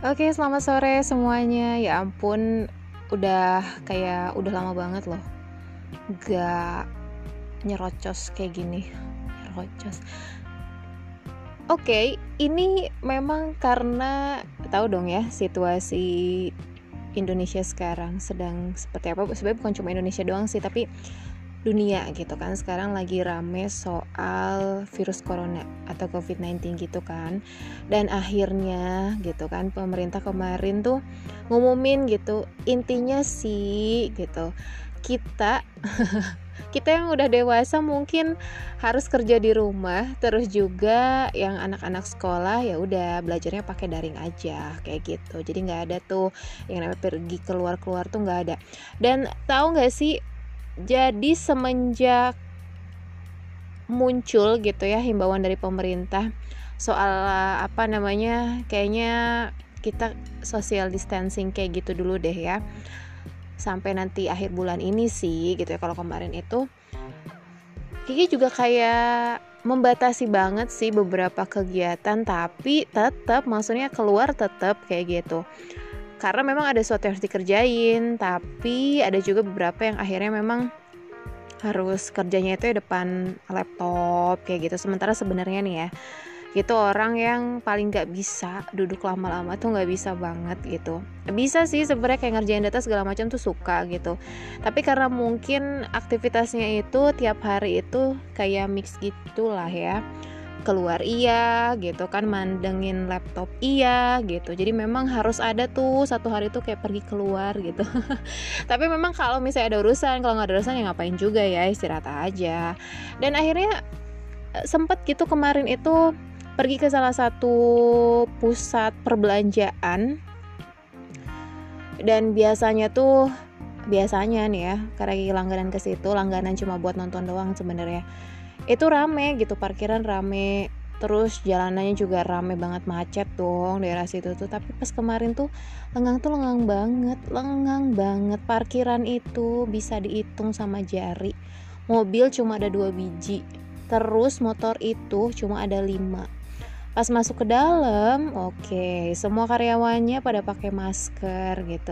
Oke, selamat sore semuanya. Ya ampun, udah lama banget loh gak nyerocos kayak gini. Nyerocos. Oke, ini memang karena tahu dong ya situasi Indonesia sekarang sedang seperti apa. Sebenarnya bukan cuma Indonesia doang sih, tapi dunia gitu kan. Sekarang lagi rame soal virus corona atau COVID-19 gitu kan. Dan akhirnya gitu kan pemerintah kemarin tuh ngumumin gitu, intinya sih gitu, kita kita yang udah dewasa mungkin harus kerja di rumah, terus juga yang anak-anak sekolah ya udah belajarnya pakai daring aja kayak gitu. Jadi nggak ada tuh yang namanya pergi keluar-keluar tuh nggak ada. Dan tahu nggak sih, jadi semenjak muncul gitu ya himbauan dari pemerintah soal kayaknya kita social distancing kayak gitu dulu deh ya, sampai nanti akhir bulan ini sih gitu ya. Kalau kemarin itu Kiki juga kayak membatasi banget sih beberapa kegiatan, tapi tetap maksudnya keluar tetap kayak gitu. Karena memang ada sesuatu yang harus dikerjain, tapi ada juga beberapa yang akhirnya memang harus kerjanya itu ya depan laptop kayak gitu. Sementara sebenarnya nih ya, itu orang yang paling gak bisa duduk lama-lama tuh gak bisa banget gitu. Bisa sih sebenarnya kayak ngerjain data segala macam tuh suka gitu, tapi karena mungkin aktivitasnya itu tiap hari itu kayak mix gitulah ya, keluar iya gitu kan, mandengin laptop iya gitu. Jadi memang harus ada tuh satu hari tuh kayak pergi keluar gitu. Tapi memang kalau misalnya ada urusan, kalau nggak ada urusan ya ngapain juga ya, istirahat aja. Dan akhirnya sempet gitu kemarin itu pergi ke salah satu pusat perbelanjaan, dan biasanya nih ya, karena langganan ke situ, langganan cuma buat nonton doang sebenarnya. Itu rame gitu, parkiran rame, terus jalanannya juga rame banget, macet dong daerah situ tuh. Tapi pas kemarin tuh lengang banget. Parkiran itu bisa dihitung sama jari. Mobil cuma ada 2 biji, terus motor itu cuma ada 5. Pas masuk ke dalam, oke, semua karyawannya pada pakai masker gitu.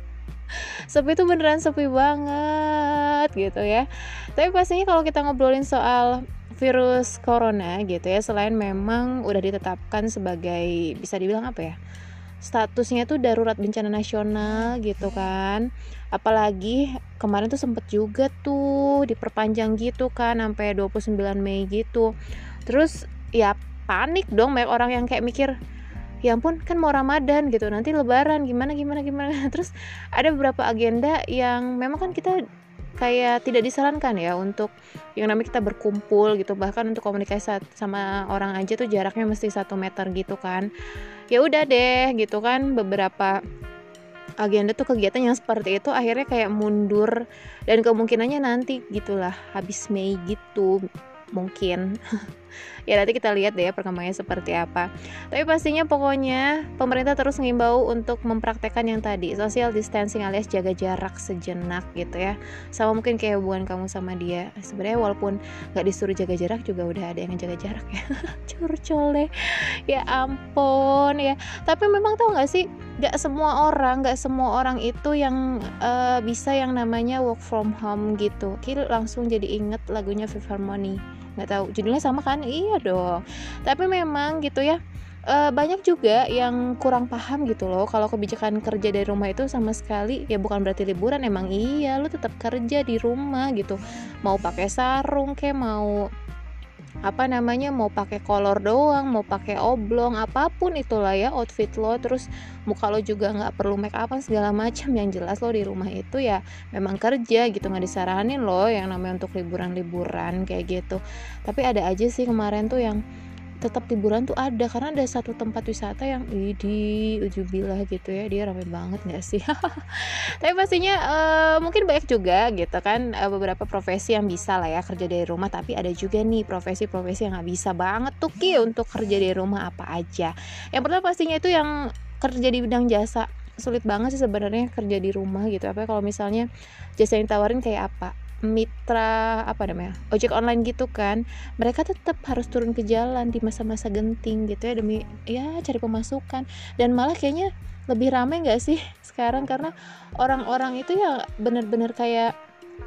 Sepi itu beneran sepi banget gitu ya. Tapi pastinya kalau kita ngobrolin soal virus corona gitu ya, selain memang udah ditetapkan sebagai, bisa dibilang apa ya, statusnya tuh darurat bencana nasional gitu kan. Apalagi kemarin tuh sempet juga tuh diperpanjang gitu kan sampai 29 Mei gitu. Terus ya panik dong banyak orang yang kayak mikir, ya ampun kan mau Ramadan gitu, nanti Lebaran gimana. Terus ada beberapa agenda yang memang kan kita kayak tidak disarankan ya untuk yang namanya kita berkumpul gitu, bahkan untuk komunikasi sama orang aja tuh jaraknya mesti 1 meter gitu kan. Ya udah deh gitu kan, beberapa agenda tuh kegiatan yang seperti itu akhirnya kayak mundur, dan kemungkinannya nanti gitulah habis Mei gitu mungkin. Ya nanti kita lihat deh ya perkembangannya seperti apa. Tapi pastinya pokoknya pemerintah terus mengimbau untuk mempraktekkan yang tadi, social distancing alias jaga jarak sejenak gitu ya. Sama mungkin kayak hubungan kamu sama dia. Sebenarnya walaupun gak disuruh jaga jarak juga udah ada yang jaga jarak ya. Curcol deh. Ya ampun ya. Tapi memang tahu gak sih, gak semua orang itu yang bisa yang namanya work from home gitu. Kita langsung jadi inget lagunya Fifth Harmony. Nggak tahu judulnya sama kan? Iya dong. Tapi memang gitu ya, banyak juga yang kurang paham gitu loh kalau kebijakan kerja dari rumah itu sama sekali ya bukan berarti liburan. Emang iya, lu tetap kerja di rumah gitu, mau pakai sarung kayak mau mau pakai kolor doang, mau pakai oblong, apapun itulah ya outfit lo, terus muka lo juga nggak perlu make upan segala macam. Yang jelas lo di rumah itu ya memang kerja gitu, nggak disaranin lo yang namanya untuk liburan kayak gitu. Tapi ada aja sih kemarin tuh yang tetap liburan tuh ada, karena ada satu tempat wisata yang ujubillah gitu ya, dia ramai banget nggak sih. Tapi pastinya mungkin banyak juga gitu kan, beberapa profesi yang bisa lah ya kerja dari rumah. Tapi ada juga nih profesi-profesi yang nggak bisa banget tuh Ki untuk kerja dari rumah. Apa aja? Yang pertama pastinya itu yang kerja di bidang jasa. Sulit banget sih sebenarnya kerja di rumah gitu. Apa kalau misalnya jasa yang ditawarin kayak apa? mitra apa namanya, ojek online gitu kan, mereka tetap harus turun ke jalan di masa-masa genting gitu ya, demi ya cari pemasukan. Dan malah kayaknya lebih ramai nggak sih sekarang, karena orang-orang itu ya bener-bener kayak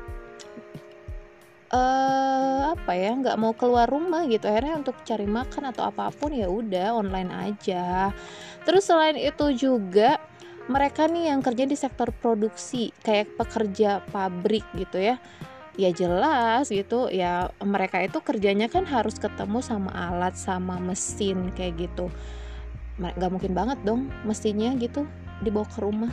apa ya, nggak mau keluar rumah gitu, akhirnya untuk cari makan atau apapun ya udah online aja. Terus selain itu juga mereka nih yang kerja di sektor produksi kayak pekerja pabrik gitu ya, ya jelas gitu ya, mereka itu kerjanya kan harus ketemu sama alat sama mesin kayak gitu. Nggak mungkin banget dong mesinnya gitu dibawa ke rumah,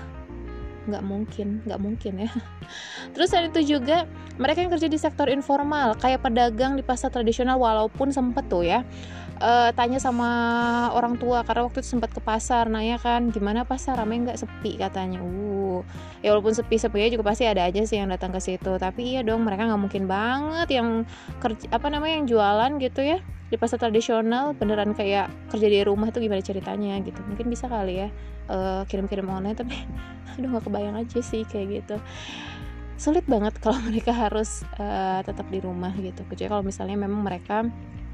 nggak mungkin ya. Terus selain itu juga mereka yang kerja di sektor informal kayak pedagang di pasar tradisional, walaupun sempet tuh ya tanya sama orang tua karena waktu itu sempat ke pasar, nanya kan gimana pasar rame nggak, sepi katanya. Ya walaupun sepi-sepinya juga pasti ada aja sih yang datang ke situ, tapi iya dong, mereka nggak mungkin banget yang kerja yang jualan gitu ya di pasar tradisional beneran kayak kerja di rumah tuh gimana ceritanya gitu. Mungkin bisa kali ya kirim-kirim online, tapi aduh nggak kebayang aja sih kayak gitu. Sulit banget kalau mereka harus tetap di rumah gitu, kecuali kalau misalnya memang mereka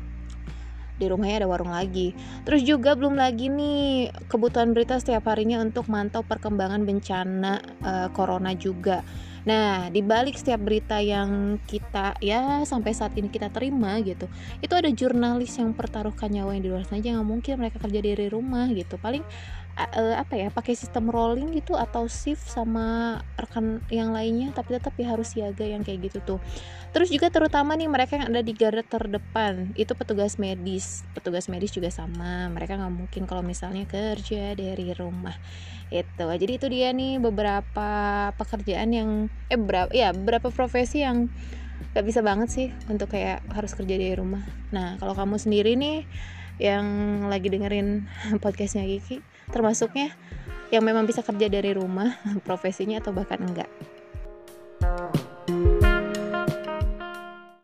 di rumahnya ada warung lagi. Terus juga belum lagi nih kebutuhan berita setiap harinya untuk mantau perkembangan bencana corona juga. Nah, di balik setiap berita yang kita ya sampai saat ini kita terima gitu, itu ada jurnalis yang pertaruhkan nyawanya di luar sana aja, nggak mungkin mereka kerja dari rumah gitu. Paling pakai sistem rolling gitu atau shift sama rekan yang lainnya, tapi tetap ya harus siaga yang kayak gitu tuh. Terus juga terutama nih mereka yang ada di garda terdepan itu petugas medis juga sama, mereka nggak mungkin kalau misalnya kerja dari rumah itu. Jadi itu dia nih beberapa pekerjaan yang beberapa profesi yang gak bisa banget sih untuk kayak harus kerja dari rumah. Nah kalau kamu sendiri nih yang lagi dengerin podcastnya Kiki, termasuknya yang memang bisa kerja dari rumah profesinya atau bahkan enggak?